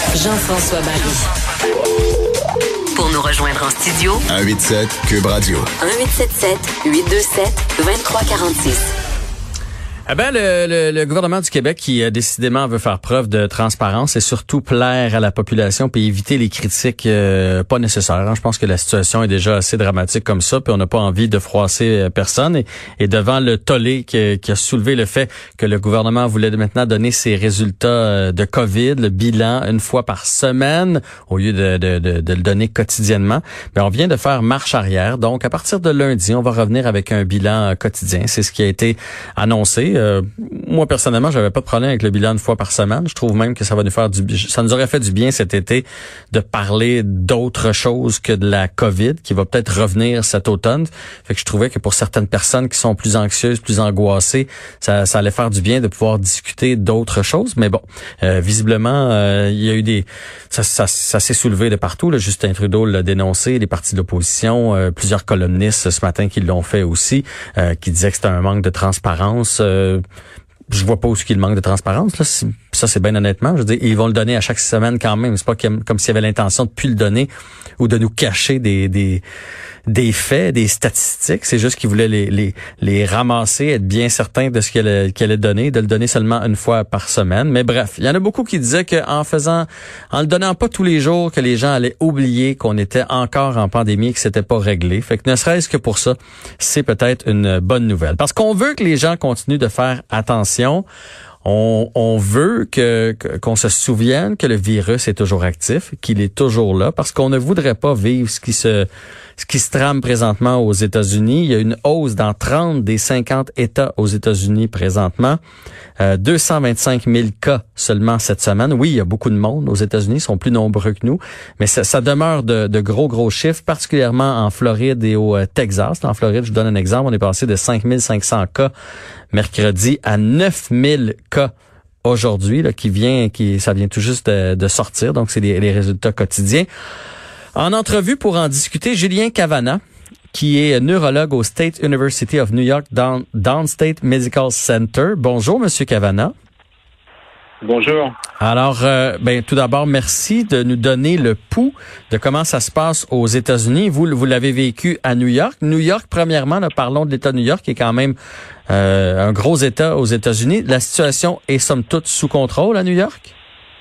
Jean-François Barry. Pour nous rejoindre en studio, 187 Cube Radio. 1877-827-2346. Eh ben, le gouvernement du Québec qui décidément veut faire preuve de transparence et surtout plaire à la population puis éviter les critiques pas nécessaires. Hein. Je pense que la situation est déjà assez dramatique comme ça, puis on n'a pas envie de froisser personne. Et devant le tollé qui a soulevé le fait que le gouvernement voulait maintenant donner ses résultats de COVID, le bilan une fois par semaine au lieu de le donner quotidiennement, ben on vient de faire marche arrière. Donc à partir de lundi, on va revenir avec un bilan quotidien. C'est ce qui a été annoncé. Moi, personnellement, j'avais pas de problème avec le bilan une fois par semaine. Je trouve même que ça nous aurait fait du bien cet été de parler d'autre chose que de la COVID, qui va peut-être revenir cet automne. Fait que je trouvais que pour certaines personnes qui sont plus anxieuses, plus angoissées, ça allait faire du bien de pouvoir discuter d'autres choses. Mais bon, visiblement, il y a eu ça s'est soulevé de partout. Là. Justin Trudeau l'a dénoncé, les partis de l'opposition, plusieurs columnistes ce matin qui l'ont fait aussi, qui disaient que c'était un manque de transparence. Je vois pas où il manque de transparence. Là. Ça, c'est bien honnêtement. Je veux dire, ils vont le donner à chaque semaine quand même. C'est pas comme s'il y avait l'intention de plus le donner ou de nous cacher des faits, des statistiques. C'est juste qu'ils voulaient les ramasser, être bien certains de ce qu'elle allait donner, de le donner seulement une fois par semaine. Mais bref, il y en a beaucoup qui disaient qu'en le donnant pas tous les jours, que les gens allaient oublier qu'on était encore en pandémie et que c'était pas réglé. Fait que ne serait-ce que pour ça, c'est peut-être une bonne nouvelle. Parce qu'on veut que les gens continuent de faire attention. On veut qu'on se souvienne que le virus est toujours actif, qu'il est toujours là, parce qu'on ne voudrait pas vivre ce qui se trame présentement aux États-Unis. Il y a une hausse dans 30 des 50 États aux États-Unis présentement. 225 000 cas seulement cette semaine. Oui, il y a beaucoup de monde aux États-Unis, ils sont plus nombreux que nous, mais ça demeure de gros chiffres, particulièrement en Floride et au Texas. En Floride, je vous donne un exemple, on est passé de 5 500 cas mercredi à 9 000 cas aujourd'hui, là, ça vient tout juste de sortir, donc c'est les résultats quotidiens. En entrevue pour en discuter, Julien Cavanagh, qui est neurologue au State University of New York Downstate Medical Center. Bonjour, Monsieur Cavanagh. Bonjour. Alors, tout d'abord, merci de nous donner le pouls de comment ça se passe aux États-Unis. Vous l'avez vécu à New York. New York, premièrement, parlons de l'État de New York, qui est quand même un gros État aux États-Unis. La situation est somme toute sous contrôle à New York?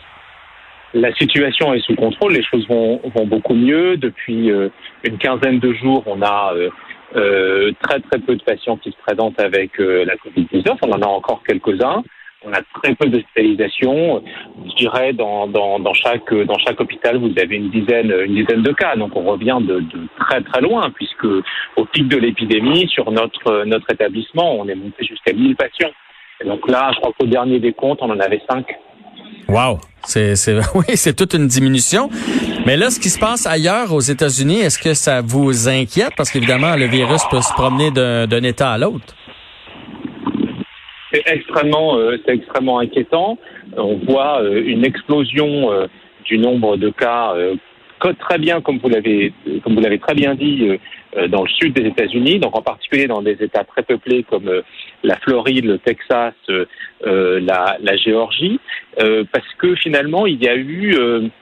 La situation est sous contrôle, les choses vont beaucoup mieux. Depuis une quinzaine de jours, on a très peu de patients qui se présentent avec la COVID-19. On en a encore quelques-uns. On a très peu d'hospitalisations. Je dirais dans chaque hôpital, vous avez une dizaine de cas. Donc on revient de très loin, puisque au pic de l'épidémie, sur notre établissement, on est monté jusqu'à 1000 patients. Et donc là, je crois qu'au dernier décompte, on en avait 5. Wow, c'est toute une diminution. Mais là, ce qui se passe ailleurs aux États-Unis, est-ce que ça vous inquiète? Parce qu'évidemment, le virus peut se promener d'un État à l'autre. C'est extrêmement inquiétant. On voit une explosion du nombre de cas, très bien, comme vous l'avez très bien dit, dans le sud des États-Unis, donc en particulier dans des États très peuplés comme la Floride, le Texas, la Géorgie, parce que finalement il y a eu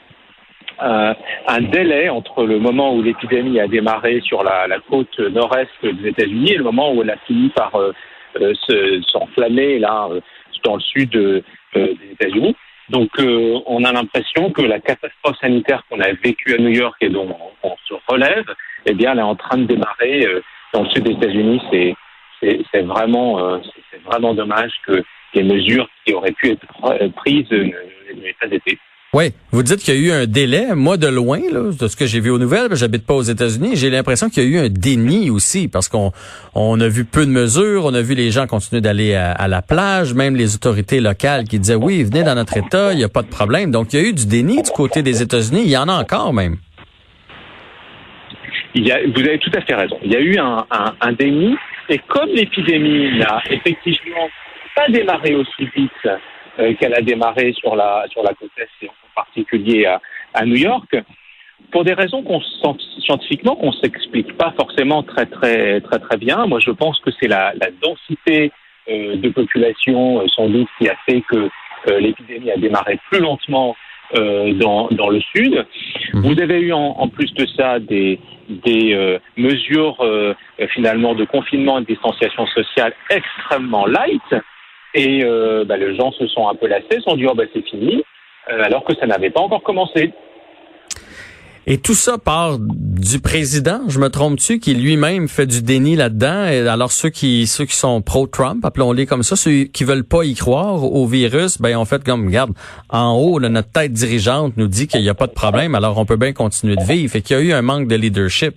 un délai entre le moment où l'épidémie a démarré sur la côte nord-est des États-Unis et le moment où elle a fini par s'enflammer là dans le sud des États-Unis. Donc on a l'impression que la catastrophe sanitaire qu'on a vécue à New York et dont on se relève, eh bien elle est en train de démarrer dans le sud des États-Unis. C'est vraiment dommage que les mesures qui auraient pu être prises n'aient pas été. Oui, vous dites qu'il y a eu un délai. Moi, de loin, là, de ce que j'ai vu aux nouvelles, j'habite pas aux États-Unis, j'ai l'impression qu'il y a eu un déni aussi, parce qu'on a vu peu de mesures, on a vu les gens continuer d'aller à la plage, même les autorités locales qui disaient oui, venez dans notre État, il n'y a pas de problème. Donc, il y a eu du déni du côté des États-Unis, il y en a encore même. Vous avez tout à fait raison. Il y a eu un déni, et comme l'épidémie n'a effectivement pas démarré aussi vite qu'elle a démarré sur la côte est, et en particulier à New York, pour des raisons scientifiquement qu'on s'explique pas forcément très bien. Moi, je pense que c'est la densité de population sans doute qui a fait que l'épidémie a démarré plus lentement dans le sud. Vous avez eu en plus de ça des mesures finalement de confinement et de distanciation sociale extrêmement light. Et les gens se sont un peu lassés, se sont dit c'est fini, alors que ça n'avait pas encore commencé. Et tout ça part du président, je me trompe-tu, qui lui-même fait du déni là-dedans. Et alors ceux qui sont pro-Trump, appelons-les comme ça, ceux qui veulent pas y croire au virus, on fait comme, regarde, en haut, là, notre tête dirigeante nous dit qu'il n'y a pas de problème, alors on peut bien continuer de vivre. Fait qu'il y a eu un manque de leadership.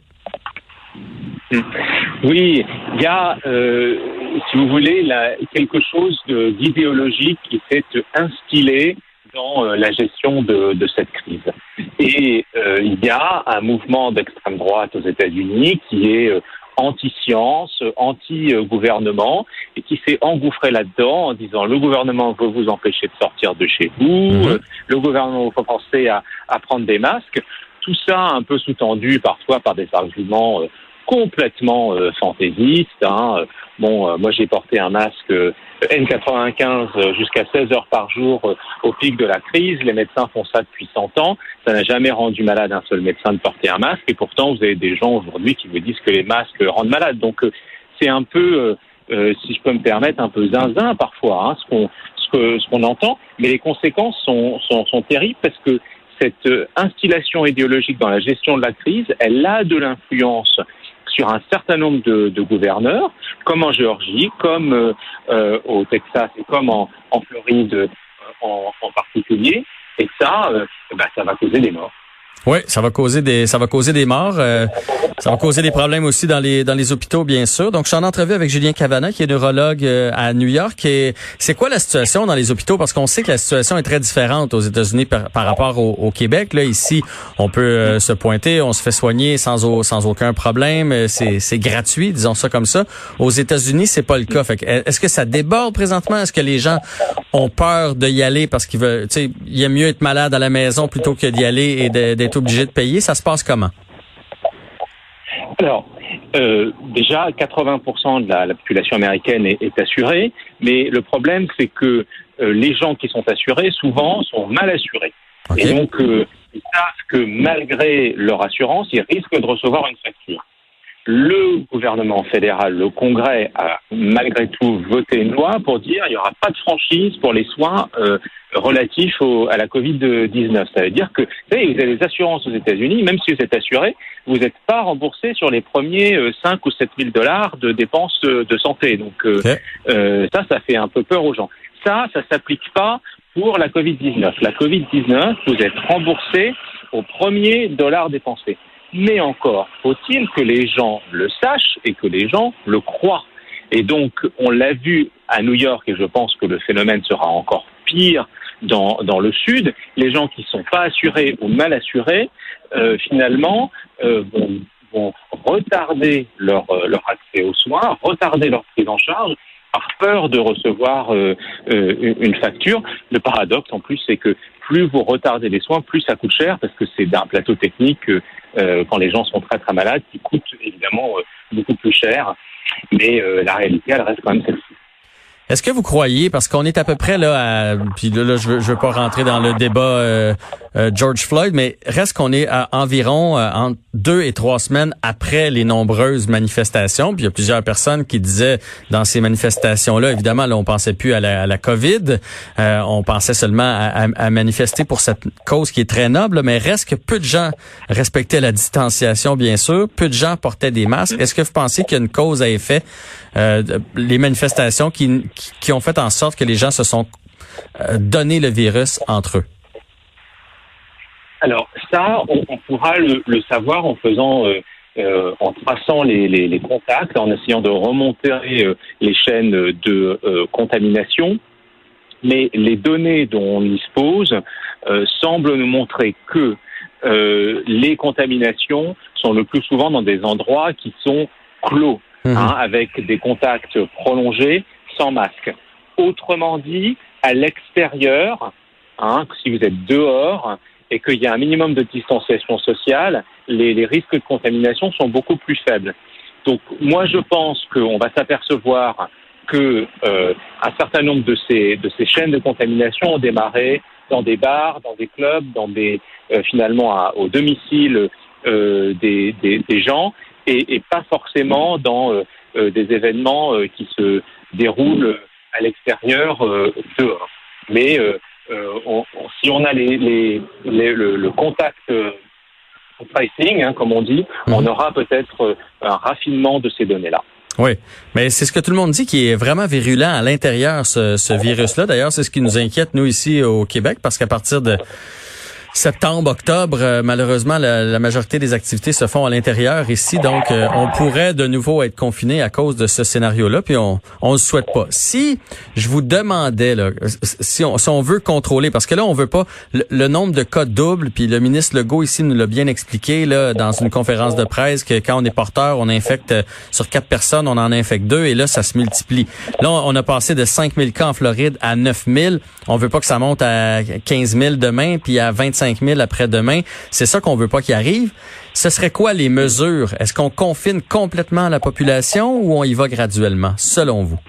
Oui, il y a, si vous voulez, quelque chose d'idéologique qui s'est instillé dans la gestion de cette crise. Et il y a un mouvement d'extrême droite aux États-Unis qui est anti-science, anti-gouvernement, et qui s'est engouffré là-dedans en disant le gouvernement veut vous empêcher de sortir de chez vous, le gouvernement veut penser à prendre des masques. Tout ça un peu sous-tendu parfois par des arguments complètement fantaisistes. Moi j'ai porté un masque N95 jusqu'à 16 heures par jour au pic de la crise. Les médecins font ça depuis 100 ans. Ça n'a jamais rendu malade un seul médecin de porter un masque. Et pourtant, vous avez des gens aujourd'hui qui vous disent que les masques rendent malade. Donc, c'est un peu, si je peux me permettre, un peu zinzin parfois, ce qu'on entend. Mais les conséquences sont terribles parce que cette instillation idéologique dans la gestion de la crise, elle a de l'influence sur un certain nombre de gouverneurs, comme en Géorgie, comme au Texas et comme en Floride en particulier. Et ça va causer des morts. Oui, ça va causer des morts. Ça va causer des problèmes aussi dans les hôpitaux, bien sûr. Donc, je suis en entrevue avec Julien Cavana, qui est neurologue à New York. Et c'est quoi la situation dans les hôpitaux? Parce qu'on sait que la situation est très différente aux États-Unis par rapport au Québec. Là, ici, on peut se pointer, on se fait soigner sans aucun problème. C'est gratuit, disons ça comme ça. Aux États-Unis, c'est pas le cas. Fait que, est-ce que ça déborde présentement? Est-ce que les gens ont peur d'y aller parce qu'ils veulent, il aime mieux être malade à la maison plutôt que d'y aller et d'être obligé de payer? Ça se passe comment? Alors, déjà, 80% de la population américaine est assurée, mais le problème, c'est que les gens qui sont assurés, souvent, sont mal assurés. Okay. Et donc, ils savent que malgré leur assurance, ils risquent de recevoir une facture. Le gouvernement fédéral, le Congrès, a malgré tout voté une loi pour dire qu'il n'y aura pas de franchise pour les soins relatifs à la Covid-19. Ça veut dire que, vous savez, vous avez des assurances aux États-Unis, même si vous êtes assuré, vous n'êtes pas remboursé sur les premiers 5 ou 7 000 $ de dépenses de santé. Donc, ça fait un peu peur aux gens. Ça s'applique pas pour la Covid-19. La Covid-19, vous êtes remboursé au premier dollar dépensé. Mais encore, faut-il que les gens le sachent et que les gens le croient. Et donc, on l'a vu à New York, et je pense que le phénomène sera encore pire dans le Sud. Les gens qui sont pas assurés ou mal assurés, finalement, vont retarder leur accès aux soins, retarder leur prise en charge, par peur de recevoir une facture. Le paradoxe, en plus, c'est que plus vous retardez les soins, plus ça coûte cher, parce que c'est d'un plateau technique quand les gens sont très très malades, qui coûte évidemment beaucoup plus cher. Mais la réalité, elle reste quand même celle-ci. Est-ce que vous croyez, parce qu'on est à peu près là, puis là je veux pas rentrer dans le débat George Floyd, mais reste qu'on est à environ entre 2 et 3 semaines après les nombreuses manifestations. Puis il y a plusieurs personnes qui disaient dans ces manifestations-là, évidemment, là on pensait plus à la COVID, on pensait seulement à manifester pour cette cause qui est très noble, mais reste que peu de gens respectaient la distanciation, bien sûr, peu de gens portaient des masques. Est-ce que vous pensez qu'il y a une cause à effet, les manifestations qui ont fait en sorte que les gens se sont donné le virus entre eux? Alors ça, on pourra le savoir en faisant, en traçant les contacts, en essayant de remonter les chaînes de contamination. Mais les données dont on dispose semblent nous montrer que les contaminations sont le plus souvent dans des endroits qui sont clos, avec des contacts prolongés, sans masque. Autrement dit, à l'extérieur, si vous êtes dehors et qu'il y a un minimum de distanciation sociale, les risques de contamination sont beaucoup plus faibles. Donc, moi, je pense qu'on va s'apercevoir que un certain nombre de ces chaînes de contamination ont démarré dans des bars, dans des clubs, dans des finalement au domicile des gens et pas forcément dans des événements qui se déroulent à l'extérieur dehors. Mais si on a le contact tracing, comme on dit, on aura peut-être un raffinement de ces données-là. Oui, mais c'est ce que tout le monde dit qui est vraiment virulent à l'intérieur, ce virus-là. D'ailleurs, c'est ce qui nous inquiète, nous, ici au Québec, parce qu'à partir de septembre, octobre, malheureusement, la majorité des activités se font à l'intérieur ici. Donc, on pourrait de nouveau être confiné à cause de ce scénario-là, puis on le souhaite pas. Si je vous demandais, là, si on veut contrôler, parce que là, on veut pas le nombre de cas doubles, puis le ministre Legault ici nous l'a bien expliqué là dans une conférence de presse que quand on est porteur, on infecte sur 4 personnes, on en infecte 2, et là, ça se multiplie. Là, on a passé de 5 000 cas en Floride à 9 000. On veut pas que ça monte à 15 000 demain, puis à 25 000 après-demain. C'est ça qu'on veut pas qu'il arrive. Ce serait quoi les mesures? Est-ce qu'on confine complètement la population ou on y va graduellement, selon vous?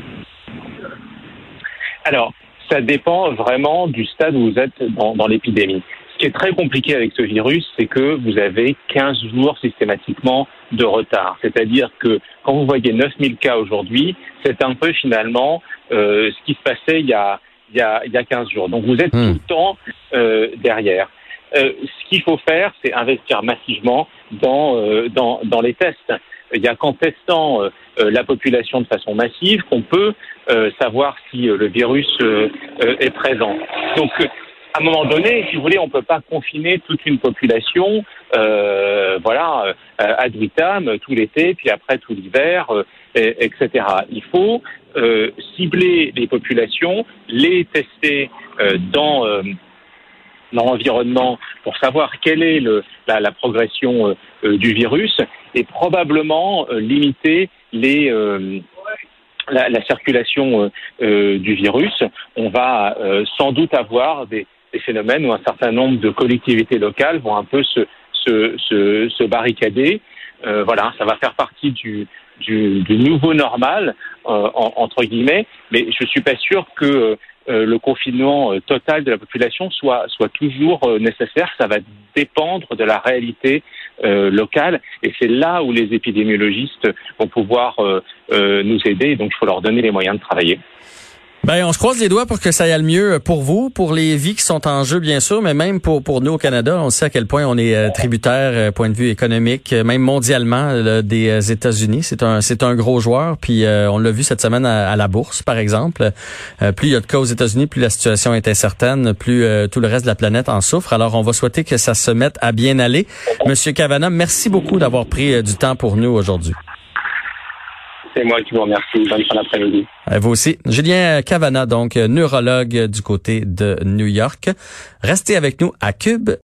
Alors, ça dépend vraiment du stade où vous êtes dans l'épidémie. Ce qui est très compliqué avec ce virus, c'est que vous avez 15 jours systématiquement de retard. C'est-à-dire que quand vous voyez 9 000 cas aujourd'hui, c'est un peu finalement ce qui se passait il y a 15 jours. Donc vous êtes tout le temps derrière. Ce qu'il faut faire, c'est investir massivement dans les tests. Il y a qu'en testant la population de façon massive qu'on peut savoir si le virus est présent. Donc, à un moment donné, si vous voulez, on peut pas confiner toute une population, ad vitam tout l'été, puis après tout l'hiver, etc. Il faut cibler les populations, les tester dans l'environnement pour savoir quelle est la progression du virus et probablement limiter la circulation du virus. On va sans doute avoir des phénomènes où un certain nombre de collectivités locales vont un peu se barricader. Ça va faire partie du nouveau normal entre guillemets, mais je suis pas sûr que le confinement total de la population soit toujours nécessaire. Ça va dépendre de la réalité locale et c'est là où les épidémiologistes vont pouvoir nous aider. Donc il faut leur donner les moyens de travailler. Ben, on se croise les doigts pour que ça aille mieux pour vous, pour les vies qui sont en jeu, bien sûr, mais même pour nous au Canada. On sait à quel point on est tributaire, point de vue économique, même mondialement, des États-Unis. C'est un gros joueur, puis on l'a vu cette semaine à la bourse, par exemple. Plus il y a de cas aux États-Unis, plus la situation est incertaine, plus tout le reste de la planète en souffre. Alors, on va souhaiter que ça se mette à bien aller. Monsieur Kavanagh, merci beaucoup d'avoir pris du temps pour nous aujourd'hui. C'est moi qui vous remercie. Bonne fin d'après-midi. Vous aussi. Julien Kavanagh, donc neurologue du côté de New York. Restez avec nous à Cube.